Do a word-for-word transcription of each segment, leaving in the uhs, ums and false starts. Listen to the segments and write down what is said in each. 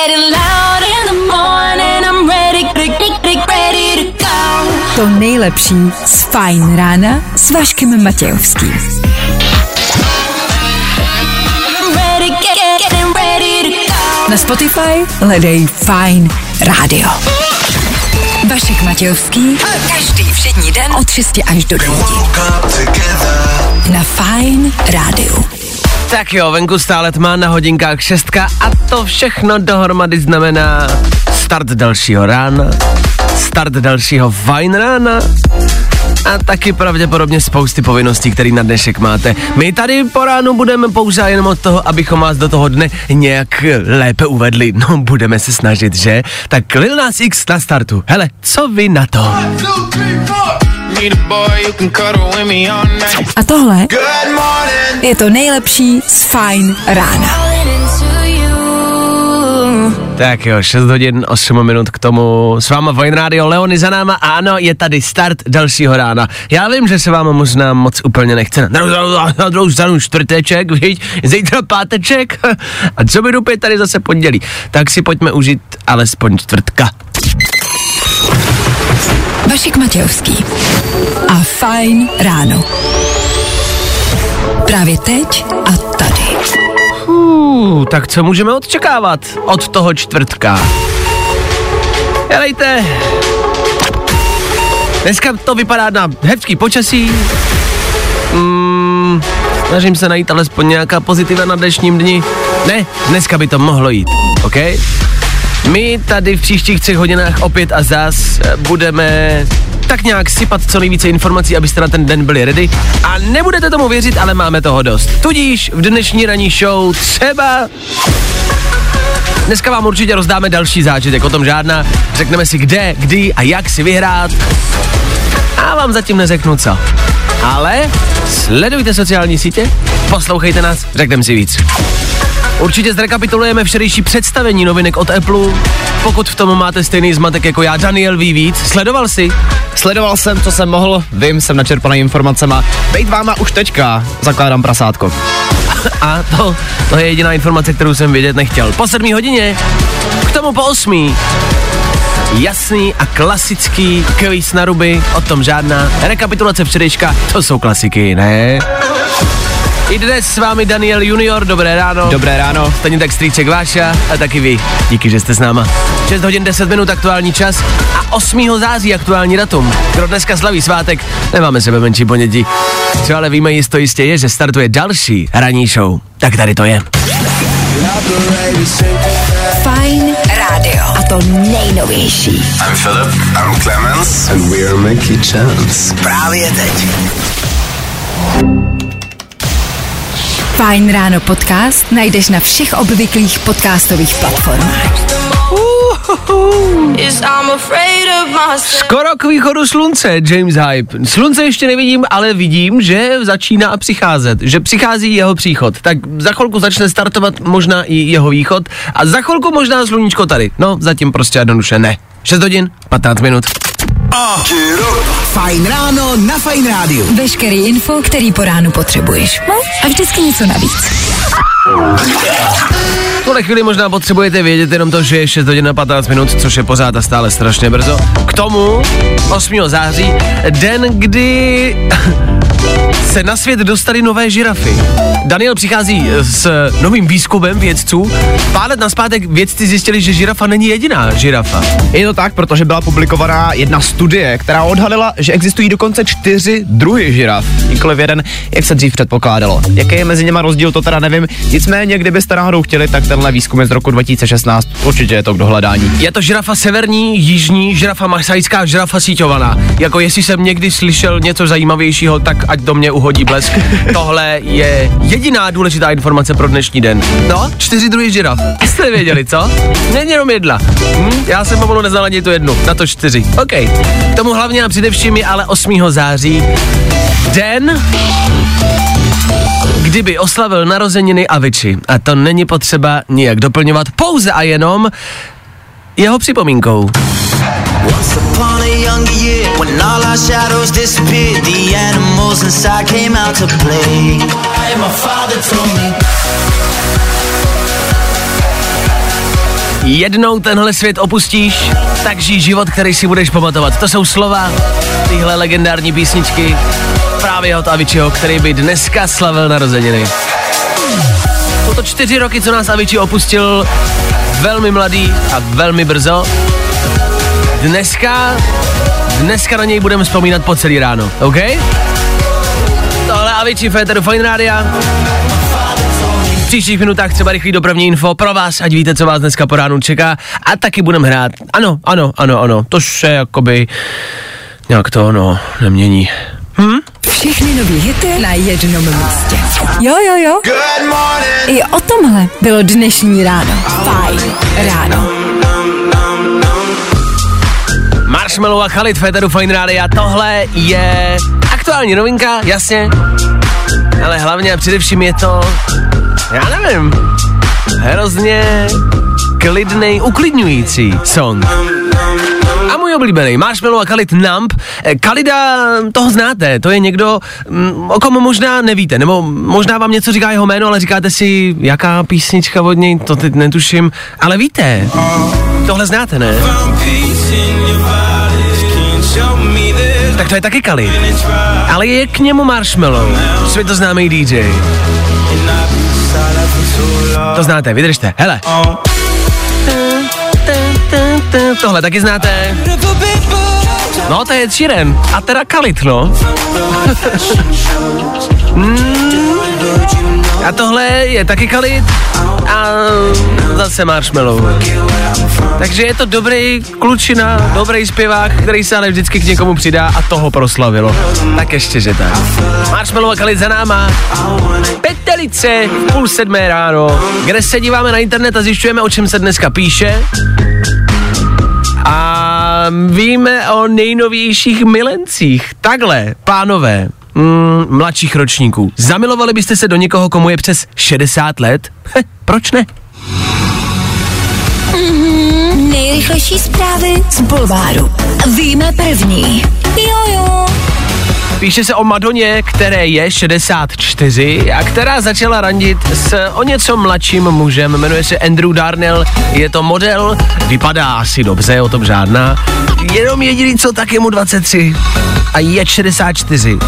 To nejlepší z Fajn rána s Vaškem Matějovským. Na Spotify hledej Fajn rádio. Vašek Matějovský. Každý všední den od šesti až do devíti. Na Fajn rádiu. Tak jo, venku stále tma, na hodinkách šestka a to všechno dohromady znamená start dalšího rána, start dalšího Fajn rána a taky pravděpodobně spousty povinností, které na dnešek máte. My tady po ránu budeme pouze jenom od toho, abychom vás do toho dne nějak lépe uvedli. No, budeme se snažit, že? Tak Lil Nas X na startu. Hele, co vy na to? A tohle je to nejlepší z Fajn rána. Tak jo, šest hodin, osm minut k tomu. S váma Fajn rádio, Leony za náma a ano, je tady start dalšího rána. Já vím, že se vám možná moc úplně nechce. Na, na, na druhou stranu čtvrteček, viď? Zítra páteček. A co mi dupě tady zase pondělí. Tak si pojďme užít alespoň čtvrtka. Vašek Matějovský a Fajn ráno. Právě teď a tady. Uh, tak co můžeme očekávat od toho čtvrtka? Helejte, dneska to vypadá na hezký počasí. Mm, snažím se najít alespoň nějaká pozitiva na dnešním dni. Ne, dneska by to mohlo jít, ok? My tady v příštích třech hodinách opět a zás budeme tak nějak sypat co nejvíce informací, abyste na ten den byli ready. A nebudete tomu věřit, ale máme toho dost. Tudíž v dnešní ranní show třeba... Dneska vám určitě rozdáme další zážitek, o tom žádná. Řekneme si kde, kdy a jak si vyhrát. A vám zatím neřeknu co. Ale sledujte sociální sítě, poslouchejte nás, řekneme si víc. Určitě zrekapitulujeme včerejší představení novinek od Apple. Pokud v tom máte stejný zmatek jako já, Daniel ví víc. Sledoval jsi? Sledoval jsem, co jsem mohl, vím, jsem načerpaný informacema. Bejt váma už teďka, zakládám prasátko. A to, to je jediná informace, kterou jsem vědět nechtěl. Po sedmý hodině, k tomu po osmý. Jasný a klasický kvíz na ruby, o tom žádná. Rekapitulace včerejška, to jsou klasiky, ne? I dnes s vámi Daniel Junior, dobré ráno. Dobré ráno. Stejně tak strýček Váša a taky vy. Díky, že jste s náma. šest hodin deset minut aktuální čas a osmého září aktuální datum. Kdo dneska slaví svátek, nemáme sebe menší ponětí. Co ale víme jisto jistě je, že startuje další ranní show. Tak tady to je. Fajn rádio. A to nejnovější. I'm Philip, I'm Clemens and we are Mickey Chance. Právě teď. Fajn ráno podcast najdeš na všech obvyklých podcastových platformách. Skoro k východu slunce, James Hype. Slunce ještě nevidím, ale vidím, že začíná přicházet, že přichází jeho příchod. Tak za chvilku začne startovat možná i jeho východ a za chvilku možná sluníčko tady. No, zatím prostě jednoduše ne. šest hodin, patnáct minut. Fajn ráno na Fajn rádiu. Veškerý info, který po ránu potřebuješ. No a vždycky něco navíc. V tuhle chvíli možná potřebujete vědět jenom to, že je šest hodin a patnáct minut, což je pořád a stále strašně brzo. K tomu osmého září, den, kdy se na svět dostaly nové žirafy. Daniel přichází s novým výzkumem vědců. Pár let nazpátek vědci zjistili, že žirafa není jediná žirafa. Je to tak, protože byla publikovaná jedna studie, která odhalila, že existují dokonce čtyři druhy žiraf, nikoliv jeden, jak se dřív předpokládalo. Jaký je mezi něma rozdíl, to teda nevím. Nicméně, kdybyste náhodou chtěli, tak tenhle výzkum je z roku dva tisíce šestnáct. Určitě je to k dohledání. Je to žirafa severní, jižní, žirafa masajská, žirafa síťovaná. Jako jestli jsem někdy slyšel něco zajímavějšího, tak ať do mě uhodí blesk. Tohle je jediná důležitá informace pro dnešní den. No, čtyři druhy žiraf. Jste věděli, co? Není jenom jedna. Hm? Já jsem pomalu neznal ani tu jednu, na to čtyři. OK. K tomu hlavně a především je ale osmého září. Den, kdyby oslavil narozeniny Avicii. A to není potřeba nijak doplňovat, pouze a jenom jeho připomínkou. Once upon a younger year, when all our shadows disappeared, the animals inside came out to play. And my father told me. jednou tenhle svět opustíš, tak žij život, který si budeš pamatovat. To jsou slova tyhle legendární písničky právě od Aviciiho, který by dneska slavil narozeniny. Jsou to čtyři roky, co nás Avicii opustil, velmi mladý a velmi brzo. Dneska, dneska na něj budeme vzpomínat po celý ráno, OK? Tohle Avicii Féteru Fajn Rádia. V příštích minutách třeba rychlý dopravní info pro vás, ať víte, co vás dneska po ránu čeká. A taky budeme hrát. Ano, ano, ano, ano. To se jakoby nějak to, no, nemění. Hm? Všechny nový hity na jednom místě. Jo, jo, jo. I o tomhle bylo dnešní ráno. Fajn ráno. Marshmello a Khalid Féteru Fajn Rádia. Tohle je aktuální novinka, jasně. Ale hlavně a především je to, já nevím, hrozně klidnej, uklidňující song. A můj oblíbený, Marshmello a Khalid Numb. Khalida, toho znáte, to je někdo, o kom možná nevíte, nebo možná vám něco říká jeho jméno, ale říkáte si, jaká písnička od něj, to teď netuším, ale víte, tohle znáte, ne? Tak to je taky Khalid, ale je k němu Marshmello, světoznámý D J. To znáte, vydržte, hele. Tohle taky znáte. No, to je Ed Sheeran. A teda Khalid, no. mm. A tohle je taky Khalid. A zase Marshmello. Takže je to dobrý klučina, dobrý zpěvák, který se ale vždycky k někomu přidá a toho proslavilo. Tak ještě, že tak. Marshmello a Khalid za náma. Petelice, půl sedmé ráno, kde se díváme na internet a zjišťujeme, o čem se dneska píše. A víme o nejnovějších milencích. Takhle, pánové, mm, mladších ročníků. Zamilovali byste se do někoho, komu je přes šedesát let? Heh, proč ne? Mm-hmm, nejrychlejší zprávy z bulváru. Víme první. Jojo. Píše se o Madoně, které je šedesát čtyři a která začala randit s o něco mladším mužem. Jmenuje se Andrew Darnell, je to model, vypadá asi dobře, o tom žádná. Jenom jediný, co tak je mu dvacet tři a je šedesát čtyři.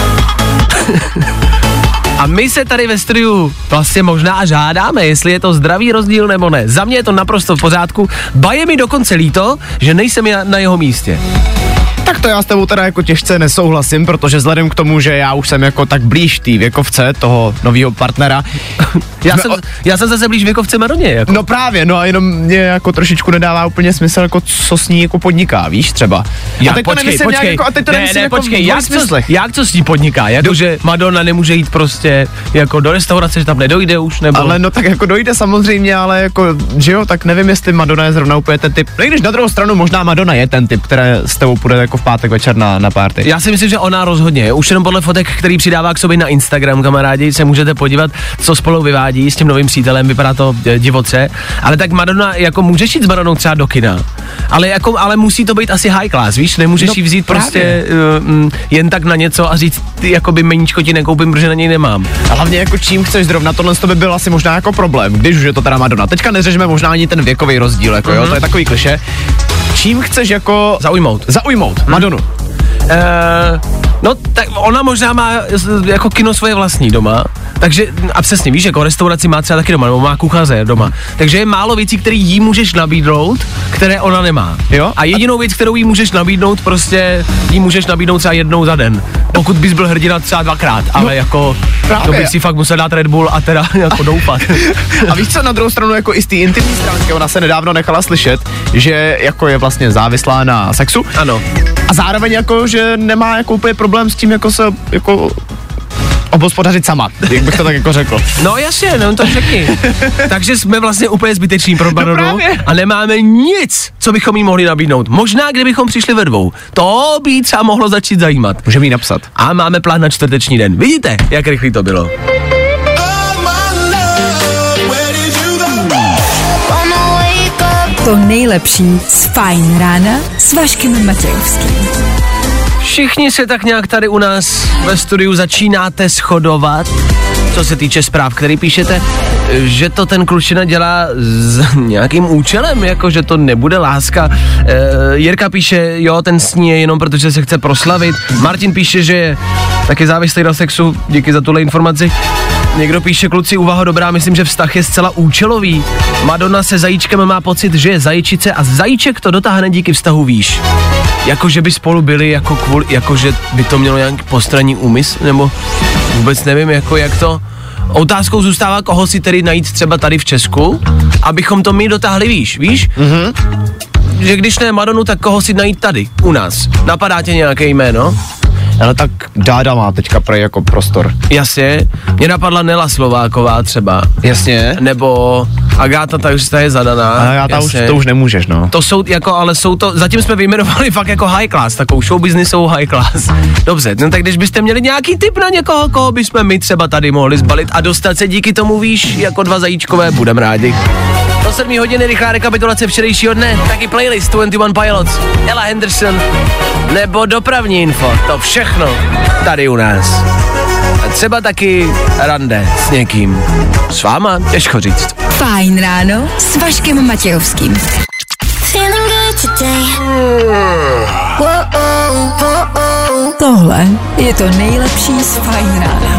A my se tady ve studiu vlastně možná žádáme, jestli je to zdravý rozdíl nebo ne. Za mě je to naprosto v pořádku, ba je mi dokonce líto, že nejsem na jeho místě. Tak to já s tebou teda jako těžce nesouhlasím, protože vzhledem k tomu, že já už jsem jako tak blíž tý věkovce toho nového partnera. já, jsem, o... já jsem zase blíž věkovce Madoně. Jako. No právě, no a jenom mě jako trošičku nedává úplně smysl, jako co s ní jako podniká, víš třeba. Já, a teď počkej, to počkej, jako, a teď to ne, ne, jako počkej, jak co, jak co s ní podniká, jako Do... že Madonna nemůže jít prostě jako do restaurace, že tam nedojde už, nebo? Ale no tak jako dojde samozřejmě, ale jako, že jo, tak nevím, jestli Madonna je zrovna úplně ten typ, no i když na druhou stranu možná Madonna je ten typ, která s tebou půjde jako v pátek večer na, na party. Já si myslím, že ona rozhodně. Už jenom podle fotek, který přidává k sobě na Instagram, kamarádi, se můžete podívat, co spolu vyvádí s tím novým přítelem, vypadá to divoce. Ale tak Madonna, jako můžeš jít s Madonnou třeba do kina, ale, jako, ale musí to být asi high class, víš? Nemůžeš no, jí vzít právě. prostě uh, jen tak na něco a říct, jakoby meníčko ti nekoupím, protože na něj nemám. A hlavně jako čím chceš zrovna, tohle to by byl asi možná jako problém, když už je to teda Madonna. Teďka neřešíme možná ani ten věkový rozdíl, jako mm-hmm. jo, to je takový klišé. Čím chceš jako zaujmout? Zaujmout, hmm. Madonu. Uh, no, tak ona možná má jako kino svoje vlastní doma, takže, a přesně, víš, jako restauraci má třeba taky doma, nebo má kuchaře doma, takže je málo věcí, které jí můžeš nabídnout, které ona nemá, jo? A jedinou věc, kterou jí můžeš nabídnout, prostě jí můžeš nabídnout třeba jednou za den, pokud bys byl hrdina třeba dvakrát, ale no, jako, právě. To bych si fakt musel dát Red Bull a teda jako doufat. A víš co, na druhou stranu, jako i z té intimní stránky, ona se nedávno nechala slyšet, že jako je vlastně závislá na sexu. Ano. A zároveň jako, že nemá jako úplně problém s tím, jako se, jako obhospodařit sama, jak bych to tak jako řekl. No jasně, no to řekni. Takže jsme vlastně úplně zbyteční pro Madonu no a nemáme nic, co bychom jí mohli nabídnout. Možná, kdybychom přišli ve dvou. To by třeba mohlo začít zajímat. Můžeme jí napsat. A máme plán na čtvrteční den. Vidíte, jak rychlý to bylo. To nejlepší z Fajn rána s Vaškem Matějovským. Všichni se tak nějak tady u nás ve studiu začínáte shodovat co se týče zpráv, který píšete, že to ten klučina dělá s nějakým účelem, jako že to nebude láska. E, Jirka píše, jo, ten sní je jenom protože se chce proslavit. Martin píše, že je taky závislý na sexu, díky za tuhle informaci. Někdo píše, kluci, úvaha dobrá, myslím, že vztah je zcela účelový. Madonna se zajíčkem má pocit, že je zajíčice a zajíček to dotáhne díky vztahu výš. Jako, že by spolu byli, jako kvůli, jako, že by to mělo nějaký postranní úmysl, nebo vůbec nevím, jako jak to. Otázkou zůstává, koho si tedy najít třeba tady v Česku, abychom to my dotáhli výš, víš? Mhm. Že když ne Madonu, tak koho si najít tady, u nás. Napadá tě nějaké jméno? Ale tak Dáda má teďka prej jako prostor. Jasně, mě napadla Nela Slováková třeba. Jasně. Nebo Agáta, ta už je zadaná. Agáta už, to už nemůžeš, no. To jsou jako, ale jsou to, zatím jsme vyjmenovali fakt jako high class, takovou showbiznisovou high class. Dobře, no tak když byste měli nějaký tip na někoho, koho bychom my třeba tady mohli zbalit a dostat se díky tomu výš jako dva zajíčkové, budem rádi. Do sedmé hodiny rychlá rekapitulace včerejšího dne, taky playlist dvacet jedna Pilots, Ella Henderson, nebo dopravní info, to všechno tady u nás. A třeba taky rande s někým. S váma, těžko říct. Fajn ráno s Vaškem Matějovským. Tohle je to nejlepší z Fajn rána.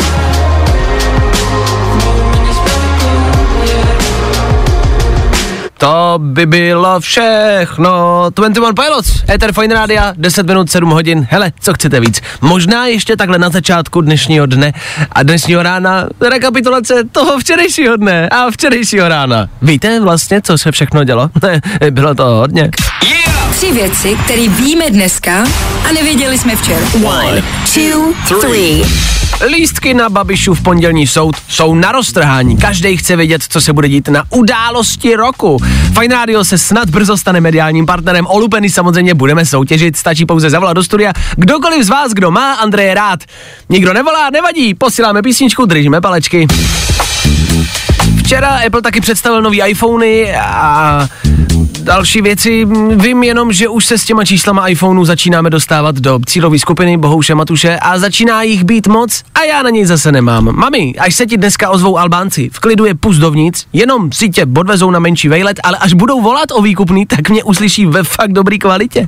To by bylo všechno. dvacet jedna Pilots, Ether Fajn Rádia, deset minut, sedm hodin. Hele, co chcete víc? Možná ještě takhle na začátku dnešního dne a dnešního rána rekapitulace toho včerejšího dne a včerejšího rána. Víte vlastně, co se všechno dělo? Bylo to hodně. Yeah! Tři věci, které víme dneska a nevěděli jsme včera. One, two, three. Lístky na Babišův pondělní soud jsou na roztrhání. Každý chce vědět, co se bude dít na události roku. Fajn Rádio se snad brzo stane mediálním partnerem. O lupeny samozřejmě budeme soutěžit, stačí pouze zavolat do studia. Kdokoliv z vás, kdo má Andreje rád. Nikdo nevolá, nevadí, posíláme písničku, držíme palečky. Včera Apple taky představil nový iPhony a další věci. Vím jenom, že už se s těma číslama iPhoneu začínáme dostávat do cílové skupiny Bohouše Matuše a začíná jich být moc a já na něj zase nemám. Mami, až se ti dneska ozvou Albánci, v klidu je pust dovnitř, jenom si tě odvezou na menší vejlet, ale až budou volat o výkupný, tak mě uslyší ve fakt dobrý kvalitě.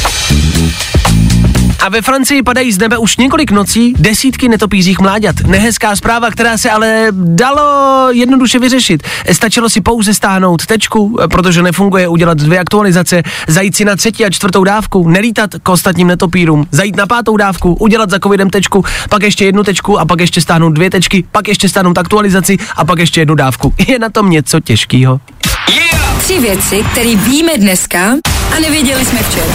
A ve Francii padají z nebe už několik nocí desítky netopířích mláďat. Nehezká zpráva, která se ale dalo jednoduše vyřešit. Stačilo si pouze stáhnout tečku, protože nefunguje, udělat dvě aktualizace, zajít si na třetí a čtvrtou dávku, nelítat k ostatním netopírům, zajít na pátou dávku, udělat za covidem tečku, pak ještě jednu tečku a pak ještě stáhnout dvě tečky, pak ještě stáhnout aktualizaci a pak ještě jednu dávku. Je na tom něco těžkýho. Yeah! Tři věci, které víme dneska a nevěděli jsme včera.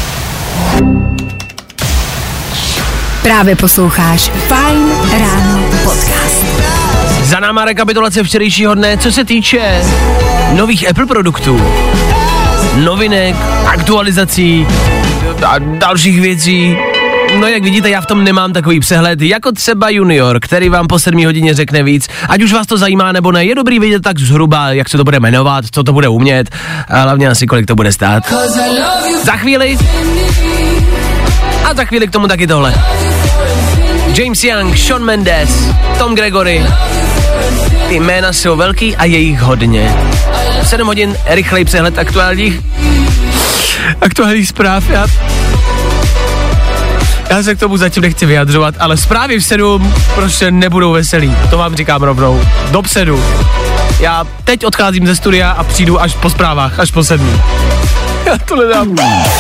Právě posloucháš Fajn ráno podcast. Za náma rekapitulace včerejšího dne, co se týče nových Apple produktů, novinek, aktualizací a dalších věcí. No jak vidíte, já v tom nemám takový přehled, jako třeba Junior, který vám po sedmé hodině řekne víc. Ať už vás to zajímá nebo ne, je dobrý vědět tak zhruba, jak se to bude jmenovat, co to bude umět a hlavně asi kolik to bude stát. Za chvíli a za chvíli k tomu taky tohle. James Young, Shawn Mendes, Tom Gregory. Ty jména jsou velký a je jich hodně. sedm hodin, rychlej přehled aktuálních aktuálních zpráv. Já, já se k tomu zatím nechci vyjadřovat, ale zprávy v sedm prostě nebudou veselý. To vám říkám rovnou. Dopředu. Já teď odcházím ze studia a přijdu až po zprávách, až po sedmí. Já to nedám.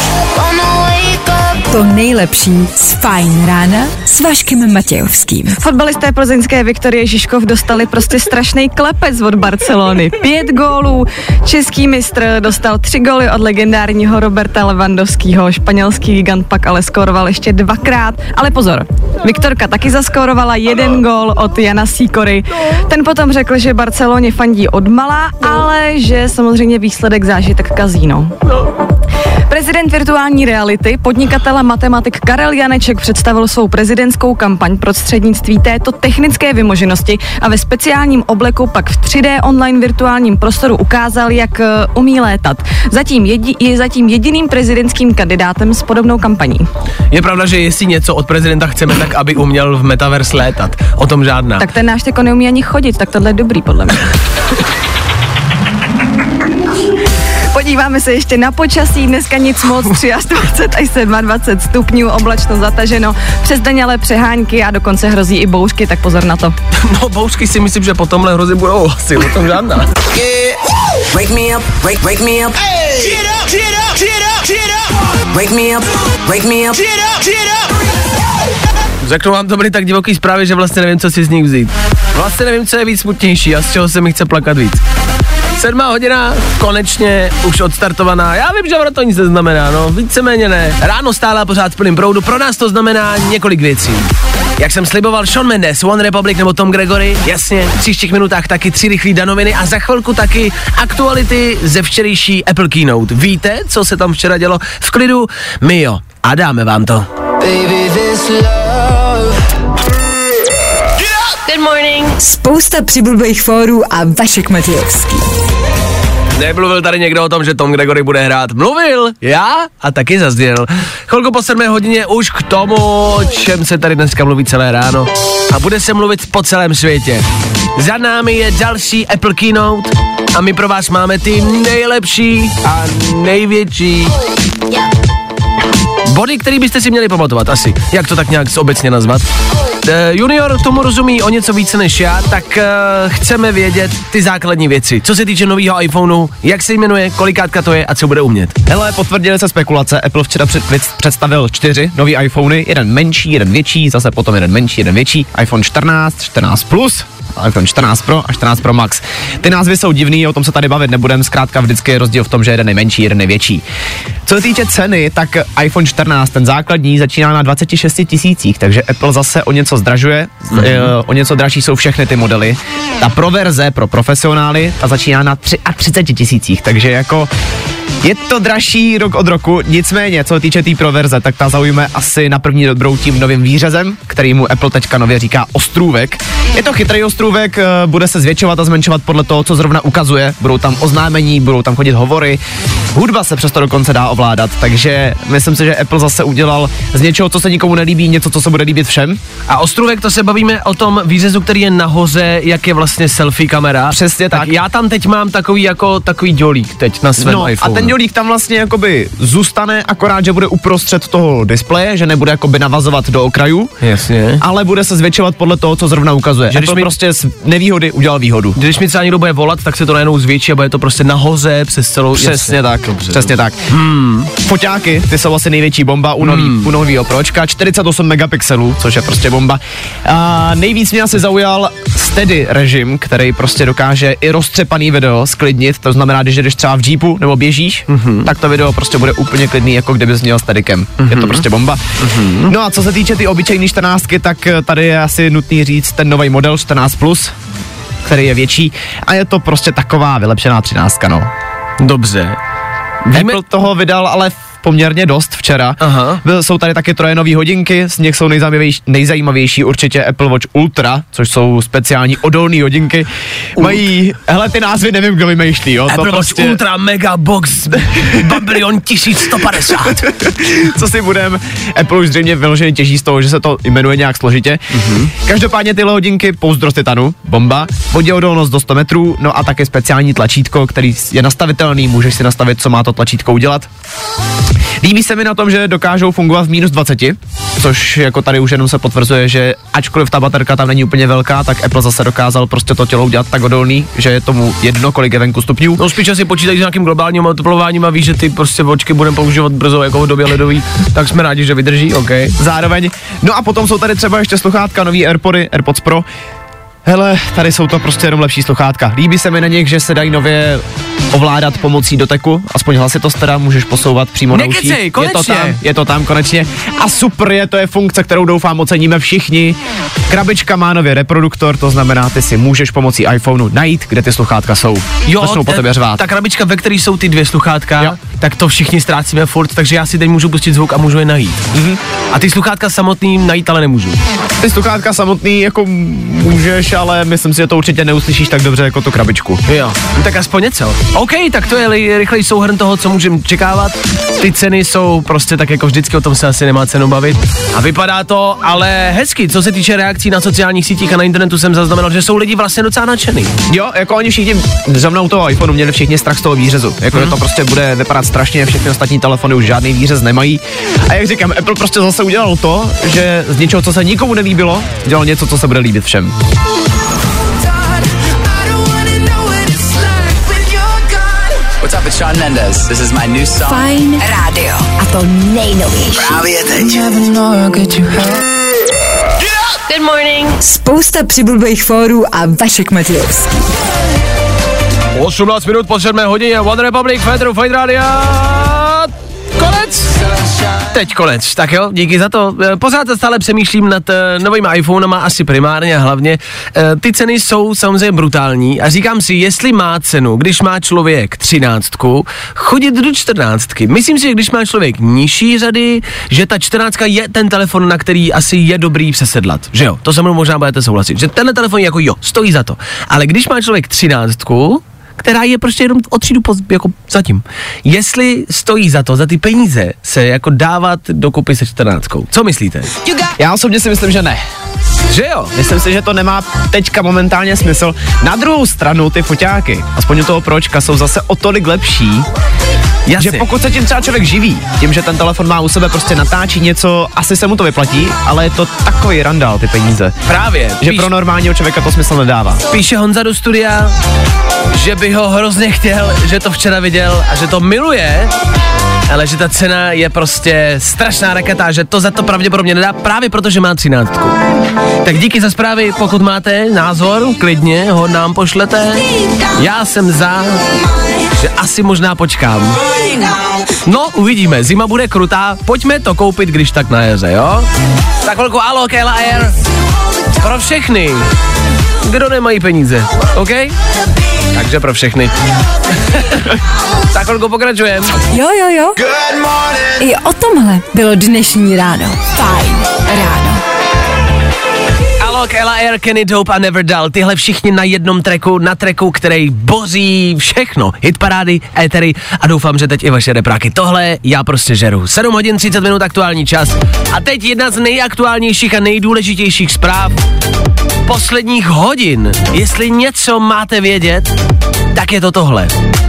To nejlepší z Fajn rána s Vaškem Matějovským. Fotbalisté plzeňské Viktorie Žižkov dostali prostě strašný klepec od Barcelony. Pět gólů. Český mistr dostal tři góly od legendárního Roberta Lewandowského. Španělský gigant pak ale skóroval ještě dvakrát. Ale pozor, Viktorka taky zaskórovala jeden gól od Jana Sýkory. Ten potom řekl, že Barceloně fandí odmala, ale že samozřejmě výsledek zážitek kazíno. Prezident virtuální reality, podnikatel a matematik Karel Janeček představil svou prezidentskou kampaň prostřednictví této technické vymoženosti a ve speciálním obleku pak v tři dé online virtuálním prostoru ukázal, jak uh, umí létat. Zatím jedi, je zatím jediným prezidentským kandidátem s podobnou kampaní. Je pravda, že jestli něco od prezidenta chceme, tak aby uměl v metaverse létat. O tom žádná. Tak ten náš teko neumí ani chodit, tak tohle je dobrý podle mě. Podíváme se ještě na počasí, dneska nic moc, dvacet tři až dvacet sedm stupňů, oblačno zataženo, přes den ale přehánky a dokonce hrozí i bouřky, tak pozor na to. No bouřky si myslím, že po tomhle hrozi budou asi, o tom žádná. Wake me up, wake, wake me up. Hey. Get up, get up, get up, get up. Wake me up, wake me up. Get up, get up. Řeknu vám to byly tak divoký zprávy, že vlastně nevím, co si z nich vzít. Vlastně nevím, co je víc smutnější a z čeho se mi chce plakat víc. Sedmá hodina, konečně, už odstartovaná. Já vím, že ono to nic neznamená, no, víceméně ne. Ráno stála pořád v plným proudu, pro nás to znamená několik věcí. Jak jsem sliboval, Shawn Mendes, One Republic nebo Tom Gregory, jasně, v příštích minutách taky tři rychlý danoviny a za chvilku taky aktuality ze včerejší Apple Keynote. Víte, co se tam včera dělo? V klidu, my jo. A dáme vám to. Baby, this love. Good morning. Spousta přibulbých fórů a Vašek Matějovský. Nemluvil tady někdo o tom, že Tom Gregory bude hrát? Mluvil, já a taky zazděl. Chvilku po sedmé hodině už k tomu, o čem se tady dneska mluví celé ráno. A bude se mluvit po celém světě. Za námi je další Apple Keynote a my pro vás máme ty nejlepší a největší body, který byste si měli pamatovat asi. Jak to tak nějak obecně nazvat? Uh, junior tomu rozumí o něco více než já, tak uh, chceme vědět ty základní věci. Co se týče nového iPhoneu, jak se jmenuje, kolikátka to je a co bude umět. Hele, potvrdili se spekulace, Apple včera před, představil čtyři nový iPhony, jeden menší, jeden větší, zase potom jeden menší, jeden větší, iPhone čtrnáct, čtrnáct plus, iPhone čtrnáct Pro a čtrnáct Pro Max. Ty názvy jsou divný, o tom se tady bavit nebudem, zkrátka vždycky je rozdíl v tom, že jeden je menší, jeden je větší. Co se týče ceny, tak iPhone čtrnáct, ten základní, začíná na dvacet šest tisících, takže Apple zase o něco zdražuje, mm-hmm. e, o něco dražší jsou všechny ty modely. Ta Pro verze pro profesionály, ta začíná na třicet tři tisících, takže jako je to dražší rok od roku, nicméně, co se týče té tý Pro verze, tak ta zaujme asi na první dobrou tím novým výřezem, který mu Apple teďka nově říká ostrůvek. Je to chytrý ostrůvek, bude se zvětšovat a zmenšovat podle toho, co zrovna ukazuje, budou tam oznámení, budou tam chodit hovory, hudba se přesto dokonce dá ovládat, takže myslím si, že Apple zase udělal z něčeho, co se nikomu nelíbí, něco, co se bude líbit všem. A ostrůvek, to se bavíme o tom výřezu, který je nahoře, jak je vlastně selfie kamera. Přesně tak. tak. Já tam teď mám takový jako takový dělík teď na svém no, iPhone. A ten dělík tam vlastně jakoby zůstane, akorát, že bude uprostřed toho displeje, že nebude jakoby navazovat do okrajů. Jasně. Ale bude se zvětšovat podle toho, co zrovna ukazuje. Že Apple mi prostě z nevýhody udělal výhodu. Když mi třeba někdo bude volat, tak se to najednou zvětší a bude to prostě nahoře přes celou. Přesně jasně. tak. Dobře, přesně tak. Hmm. Foťáky, ty jsou asi největší bomba u, nový, hmm. u novýho Pročka, čtyřicet osm megapixelů, což je prostě bomba. A nejvíc mě asi zaujal steady režim, který prostě dokáže i roztřepaný video sklidnit, to znamená, když jdeš třeba v jeepu nebo běžíš, mm-hmm. tak to video prostě bude úplně klidný, jako kdybys měl steadicam. Mm-hmm. Je to prostě bomba. Mm-hmm. No a co se týče ty obyčejný čtrnáctky, tak tady je asi nutný říct ten nový model čtrnáct plus, který je větší a je to prostě taková vylepšená třináctka, no. Dobře. Víme... Apple toho vydal ale poměrně dost včera. Aha. Jsou tady taky troje nový hodinky, z nich jsou nejzajímavější, nejzajímavější určitě Apple Watch Ultra, což jsou speciální odolné hodinky. U... Mají, hele, ty názvy nevím, kdo vymýšlí, jo. Apple to Watch prostě... Ultra Mega Box Babylon tisíc sto padesát. Co si budem, Apple už zřejmě vyloženě těží z toho, že se to jmenuje nějak složitě. Mm-hmm. Každopádně tyhle hodinky, pouzdrost titanu, bomba, voděodolnost do sto metrů, no a také speciální tlačítko, který je nastavitelný, můžeš si nastavit, co má to tlačítko udělat. Líbí se mi na tom, že dokážou fungovat v minus dvacet, což jako tady už jenom se potvrzuje, že ačkoliv ta baterka tam není úplně velká, tak Apple zase dokázal prostě to tělo udělat tak odolný, že je tomu jedno, kolik je venku stupňů. No spíš asi počítají s nějakým globálním oteplováním a víš, že ty prostě očky budeme používat brzo jako v době ledový, tak jsme rádi, že vydrží, OK. Zároveň. No a potom jsou tady třeba ještě sluchátka, nový AirPody, AirPods Pro. Hele, tady jsou to prostě jenom lepší sluchátka. Líbí se mi na nich, že se dají nově ovládat pomocí doteku, aspoň hlasitost teda můžeš posouvat přímo na uších. Nekecej, konečně. Je to tam, je to tam konečně. A super je, to je funkce, kterou doufám oceníme všichni. Krabička má nově reproduktor, to znamená, ty si můžeš pomocí iPhoneu najít, kde ty sluchátka jsou. Jo, začnou po tebe řvát. Ta krabička, ve které jsou ty dvě sluchátka, jo. tak to všichni ztrácíme furt, takže já si teď můžu pustit zvuk a můžu je najít. Mm-hmm. A ty sluchátka samotný najít ale nemůžu. Ty sluchátka samotný jako můžeš, ale myslím si, že to určitě neuslyšíš tak dobře jako tu krabičku. Jo, no tak aspoň něco. OK, tak to je li, rychlej souhrn toho, co můžeme čekávat. Ty ceny jsou prostě tak jako vždycky, o tom se asi nemá cenu bavit. A vypadá to ale hezky, co se týče reakcí na sociálních sítích a na internetu jsem zaznamenal, že jsou lidi vlastně docela nadšený. Jo, jako oni všichni za mnou toho iPhoneu měli všichni strach z toho výřezu. Jako hmm. že to prostě bude vypadat strašně, všechny ostatní telefony už žádný výřez nemají. A jak říkám, Apple prostě zase udělal to, že z něčeho, co se nikomu nelíbilo, dělal něco, co se bude líbit všem. What's up, it's Shawn Mendes. This is my new song. Fajn rádio. A to nejnovější. Právě teď. Good morning. Spousta přibulbých fórů a Vašek Matějovský. osmnáct minut po sedmé hodině, One Republic, Federu, Fajn rádia. Konec. Teď konec, tak jo, díky za to. Pořád stále přemýšlím nad uh, novými iPhonema, asi primárně a hlavně. Uh, ty ceny jsou samozřejmě brutální a říkám si, jestli má cenu, když má člověk třináctku, chodit do čtrnáctky. Myslím si, že když má člověk nižší řady, že ta čtrnáctka je ten telefon, na který asi je dobrý přesedlat. Že jo, to se mnou možná budete souhlasit, že tenhle telefon jako jo, stojí za to. Ale když má člověk třináctku, která je prostě jenom o třídu poz, jako zatím. Jestli stojí za to, za ty peníze se jako dávat dokupy se čtrnáctkou. Co myslíte? Já osobně si myslím, že ne. Že jo? Myslím si, že to nemá teďka momentálně smysl. Na druhou stranu ty foťáky, aspoň u toho pročka, jsou zase o tolik lepší, Jasně. že pokud se tím třeba člověk živí, tím, že ten telefon má u sebe prostě natáčí něco, asi se mu to vyplatí, ale je to takový randál, ty peníze. Právě. Že Píš, pro normálního člověka to smysl nedává. Píše Honza do studia, že by ho hrozně chtěl, že to včera viděl a že to miluje, ale že ta cena je prostě strašná raketa, že to za to pravděpodobně nedá, právě protože má třináctku. Tak díky za zprávy, pokud máte názor, klidně ho nám pošlete. Já jsem za, že asi možná počkám. No, uvidíme, zima bude krutá, pojďme to koupit, když tak na jaře, jo? Tak chvilku Alok, Ella Air, pro všechny, kdo nemají peníze, OK? Takže pro všechny. Tak chvilku pokračujeme. Jo, jo, jo. Good morning. I o tomhle bylo dnešní ráno. Fajn ráno. Alok, Ella Air, Kenny Dope a Never Dull. Tyhle všichni na jednom tracku, na tracku, který boří všechno. Hitparády, étery a doufám, že teď i vaše repráky. Tohle já prostě žeru. sedm hodin třicet minut aktuální čas. A teď jedna z nejaktuálnějších a nejdůležitějších zpráv posledních hodin. Jestli něco máte vědět, tak je to tohle.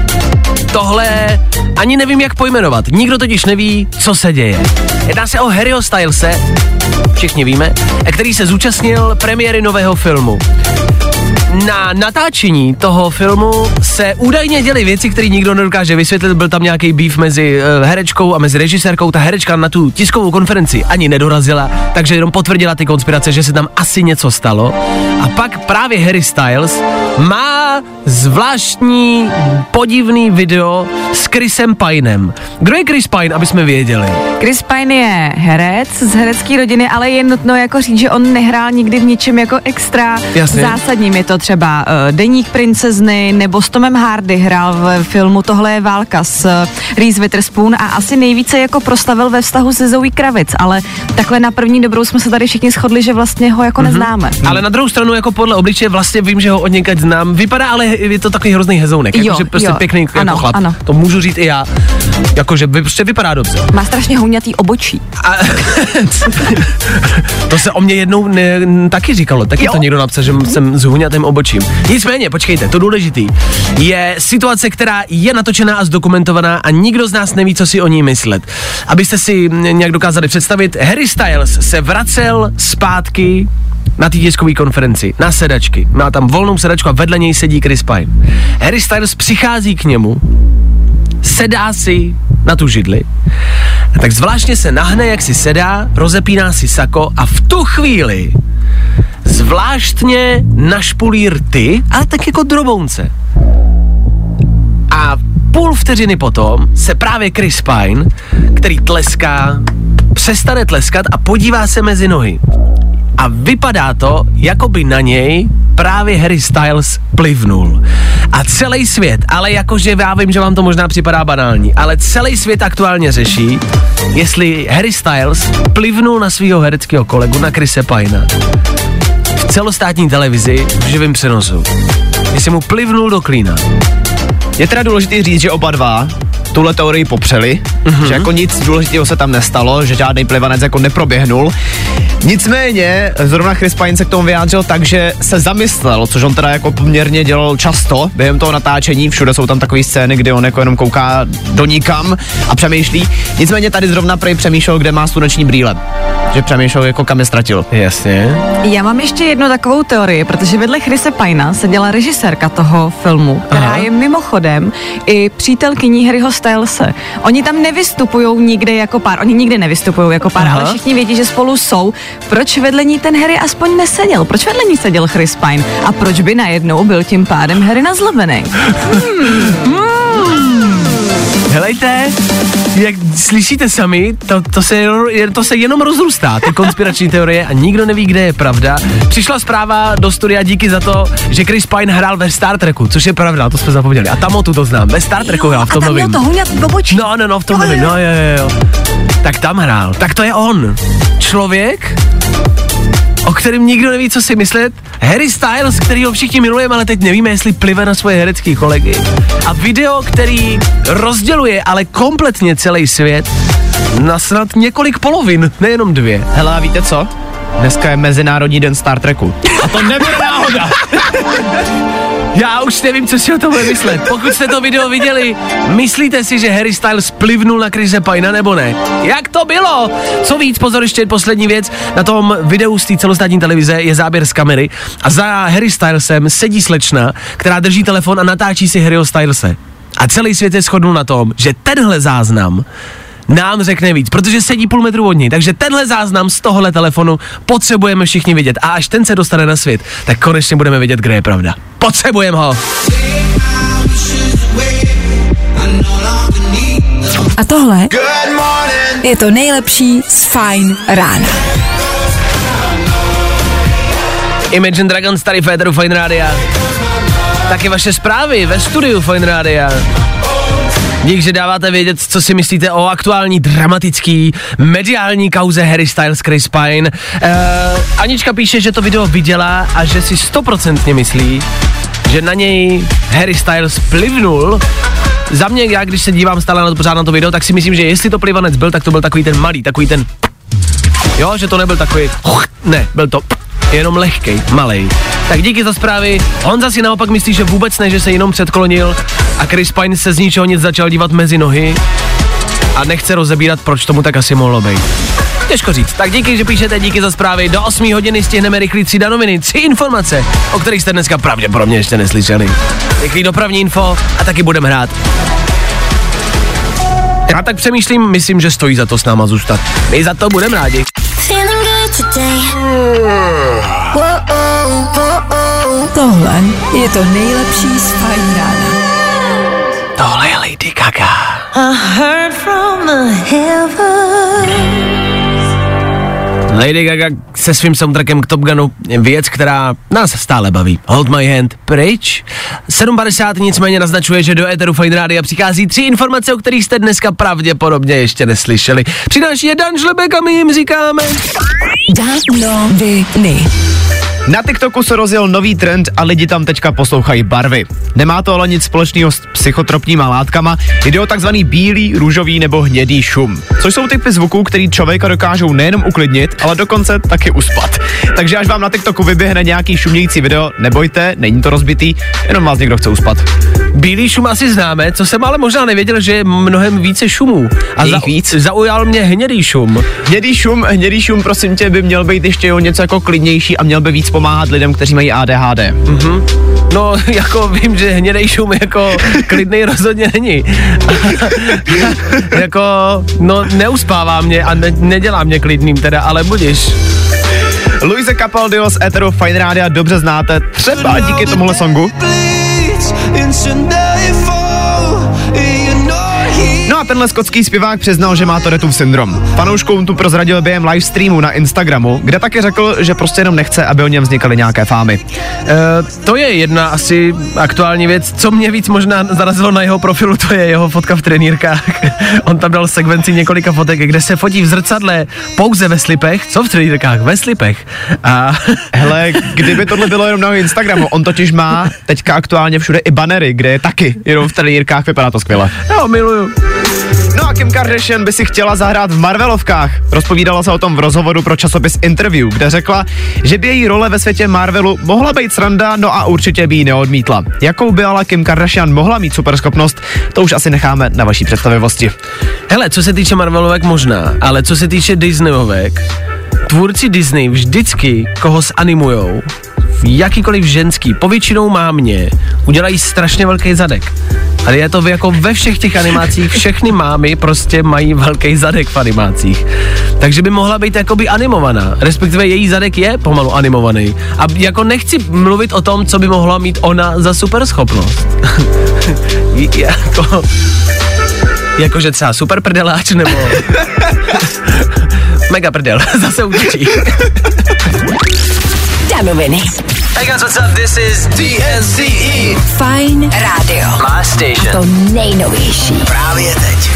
Tohle ani nevím, jak pojmenovat. Nikdo totiž neví, co se děje. Jedná se o Harryho Stylese, všichni víme, který se zúčastnil premiéry nového filmu. Na natáčení toho filmu se údajně děly věci, které nikdo nedokáže vysvětlit. Byl tam nějaký beef mezi uh, herečkou a mezi režisérkou. Ta herečka na tu tiskovou konferenci ani nedorazila, takže jenom potvrdila ty konspirace, že se tam asi něco stalo. A pak právě Harry Styles má zvláštní podivný video s Chrisem Pinem. Kdo je Chris Pine, aby jsme věděli? Chris Pine je herec z herecké rodiny, ale je nutno jako říct, že on nehrál nikdy v ničem jako extra Jasně. zásadním. Je to třeba uh, Deník princezny nebo s Tomem Hardy hrál v filmu Tohle je válka s uh, Reese Witherspoon a asi nejvíce jako proslavil ve vztahu se Zoe Kravitz, ale takhle na první dobrou jsme se tady všichni shodli, že vlastně ho jako mm-hmm. neznáme. Ale na druhou stranu jako podle obličeje vlastně vím, že ho od někať znám. Vypadá, ale je to takový hrozný hezounek, jakože prostě jo. pěkný jako Ano, chlap. ano. To můžu říct i já. Jakože vy, prostě vypadá dobře. Má strašně houňatý obočí. A, to se o mě jednou ne, taky říkalo, taky jo. To někdo napsal, že jsem s huňatým obočím. Nicméně, počkejte, to důležitý je situace, která je natočená a zdokumentovaná a nikdo z nás neví, co si o ní myslet. Abyste si nějak dokázali představit, Harry Styles se vracel zpátky na té tiskové konferenci, na sedačky. Má tam volnou sedačku a vedle něj sedí Chris Pine. Harry Styles přichází k němu, sedá si na tu židli, a tak zvláštně se nahne, jak si sedá, rozepíná si sako a v tu chvíli zvláštně našpulí rty, ale tak jako drobounce. A půl vteřiny potom se právě Chris Pine, který tleská, přestane tleskat a podívá se mezi nohy. a vypadá to, jako by na něj právě Harry Styles plivnul. A celý svět, ale jakože já vím, že vám to možná připadá banální, ale celý svět aktuálně řeší, jestli Harry Styles plivnul na svého hereckého kolegu, na Chrise Pinea. V celostátní televizi v živém přenosu. Jestli mu plivnul do klína. Je teda důležité říct, že oba dva tuhle teorii popřeli, mm-hmm. že jako nic důležitého se tam nestalo, že žádný plivanec jako neproběhnul. Nicméně, zrovna Chris Pine se k tomu vyjádřil tak, že se zamyslel, což on teda jako poměrně dělal často během toho natáčení, všude jsou tam takové scény, kdy on jako jenom kouká do nikam a přemýšlí. Nicméně tady zrovna prej přemýšlel, kde má sluneční brýle. Že přemýšlel, jako kam je ztratil. Jasně. Já mám ještě jednu takovou teorii, protože vedle Chrise Pinea seděla režisérka toho filmu, která Aha. je mimochodem i přítelkyní Harryho Stylese. Oni tam nevystupují nikde jako pár, oni nikdy nevystupují jako pár, Aha. ale všichni vědí, že spolu jsou. Proč vedle ní ten Harry aspoň neseděl? Proč vedle ní seděl Chris Pine? A proč by najednou byl tím pádem Harry nazlobený? Hmm. Hmm. Helejte, jak slyšíte sami, to, to, se, to se jenom rozrůstá, ty konspirační teorie a nikdo neví, kde je pravda. Přišla zpráva do studia díky za to, že Chris Pine hrál ve Star Treku, což je pravda, to jsme zapomněli. A Tamotu to znám, ve Star Treku hrál, v tom novým. A tam měl to huňat obočí. No, no, no, v tom novým, no, jo, jo, jo. Tak tam hrál, tak to je on. Člověk, o kterém nikdo neví, co si myslet. Harry Styles, který ho všichni milujeme, ale teď nevíme, jestli plive na svoje herecké kolegy. A video, který rozděluje ale kompletně celý svět na snad několik polovin, nejenom dvě. Hele, a víte co? Dneska je Mezinárodní den Star Treku. A to nebude náhoda. Já už nevím, co si o tomhle myslet. Pokud jste to video viděli, myslíte si, že Harry Styles plivnul na Chrise Pinea nebo ne? Jak to bylo? Co víc, pozor, ještě poslední věc. Na tom videu z té celostátní televize je záběr z kamery a za Harry Stylesem sedí slečna, která drží telefon a natáčí si Harryho Stylese. A celý svět je shodnul na tom, že tenhle záznam nám řekne víc, protože sedí půl metru od něj, takže tenhle záznam z tohohle telefonu potřebujeme všichni vidět a až ten se dostane na svět, tak konečně budeme vědět, kde je pravda. Potřebujeme ho! A tohle je to nejlepší z Fajn rána. Imagine Dragons tady v éteru Fajn rádia. Taky vaše zprávy ve studiu Fajn rádia. Dík, že dáváte vědět, co si myslíte o aktuální dramatický mediální kauze Harry Styles Chris Pine. Uh, Anička píše, že to video viděla a že si stoprocentně myslí, že na něj Harry Styles plivnul. Za mě, já když se dívám stále na to, pořád na to video, tak si myslím, že jestli to plivanec byl, tak to byl takový ten malý, takový ten... Jo, že to nebyl takový... Ne, byl to... jenom lehkej, malej. Tak díky za zprávy. Honza si naopak myslí, že vůbec ne, že se jenom předklonil a Chris Pine se z ničeho nic začal dívat mezi nohy a nechce rozebírat, proč tomu tak asi mohlo být. Těžko říct. Tak díky, že píšete, díky za zprávy. Do osmé hodiny stihneme rychlý tři danoviny, tři informace, o kterých jste dneska pravděpodobně ještě neslyšeli. Rychlý dopravní info a taky budeme hrát. Já tak přemýšlím, myslím, že stojí za to s náma zůstat. My za to budeme rádi. Tohle je to nejlepší z Fajn rána. Tohle je Lady Gaga. Lady Gaga se svým soundtrackem k Top Gunu je věc, která nás stále baví. Hold my hand, pryč. sedm padesát nicméně naznačuje, že do éteru Fajn rádia přichází tři informace, o kterých jste dneska pravděpodobně ještě neslyšeli. Přináší je Dan Žlebek a my jim říkáme... Danoviny. Na TikToku se rozjel nový trend a lidi tam teďka poslouchají barvy. Nemá to ale nic společného s psychotropníma látkama, jde o takzvaný bílý, růžový nebo hnědý šum, což jsou typy zvuků, který člověka dokážou nejenom uklidnit, ale dokonce taky uspat. Takže až vám na TikToku vyběhne nějaký šumějící video, nebojte, není to rozbitý, jenom vás někdo chce uspat. Bílý šum asi známe, co jsem ale možná nevěděl, že je mnohem více šumů. A za, víc? zaujal mě hnědý šum. Hnědý šum, hnědý šum, prosím tě, by měl být ještě o něco jako klidnější a měl by víc pomáhat lidem, kteří mají A D H D. Mhm. No, jako vím, že hnědej šum jako klidnej rozhodně není. Jako, no, neuspává mě a ne, nedělá mě klidným teda, ale budiš. Luise Capaldio z éteru Fajn rádia dobře znáte, třeba díky tomuhle songu. No No a tenhle skotský zpěvák přiznal, že má Tourette syndrom. Fanouškům tu prozradil během livestreamu na Instagramu, kde taky řekl, že prostě jenom nechce, aby o něm vznikaly nějaké fámy. Uh, to je jedna asi aktuální věc, co mě víc možná zarazilo na jeho profilu, to je jeho fotka v trenýrkách. On tam dal sekvenci několika fotek, kde se fotí v zrcadle pouze ve slipech, co v trenýrkách, ve slipech. A hele, kdyby tohle bylo jenom na Instagramu, on totiž má teďka aktuálně všude i banery, kde je taky jenom v trenýrkách, vypadá to skvěle. Jo, miluju. No a Kim Kardashian by si chtěla zahrát v Marvelovkách. Rozpovídala se o tom v rozhovoru pro časopis Interview, kde řekla, že by její role ve světě Marvelu mohla být sranda, no a určitě by ji neodmítla. Jakou by ale Kim Kardashian mohla mít superschopnost, to už asi necháme na vaší představivosti. Hele, co se týče Marvelovek možná, ale co se týče Disneyovek, tvůrci Disney vždycky koho zanimujou, jakýkoliv ženský, povětšinou mámě, udělají strašně velký zadek. Ale je to jako ve všech těch animacích, všechny mámy prostě mají velký zadek v animacích. Takže by mohla být jakoby animovaná, respektive její zadek je pomalu animovaný. A jako nechci mluvit o tom, co by mohla mít ona za superschopnost. jako, jakože třeba super prdeláč, nebo mega prdel, zase útočí. Danoviny. Hey guys, what's up? This is D N C E. Fajn rádio. My station. A to nejnovější. Právě teď.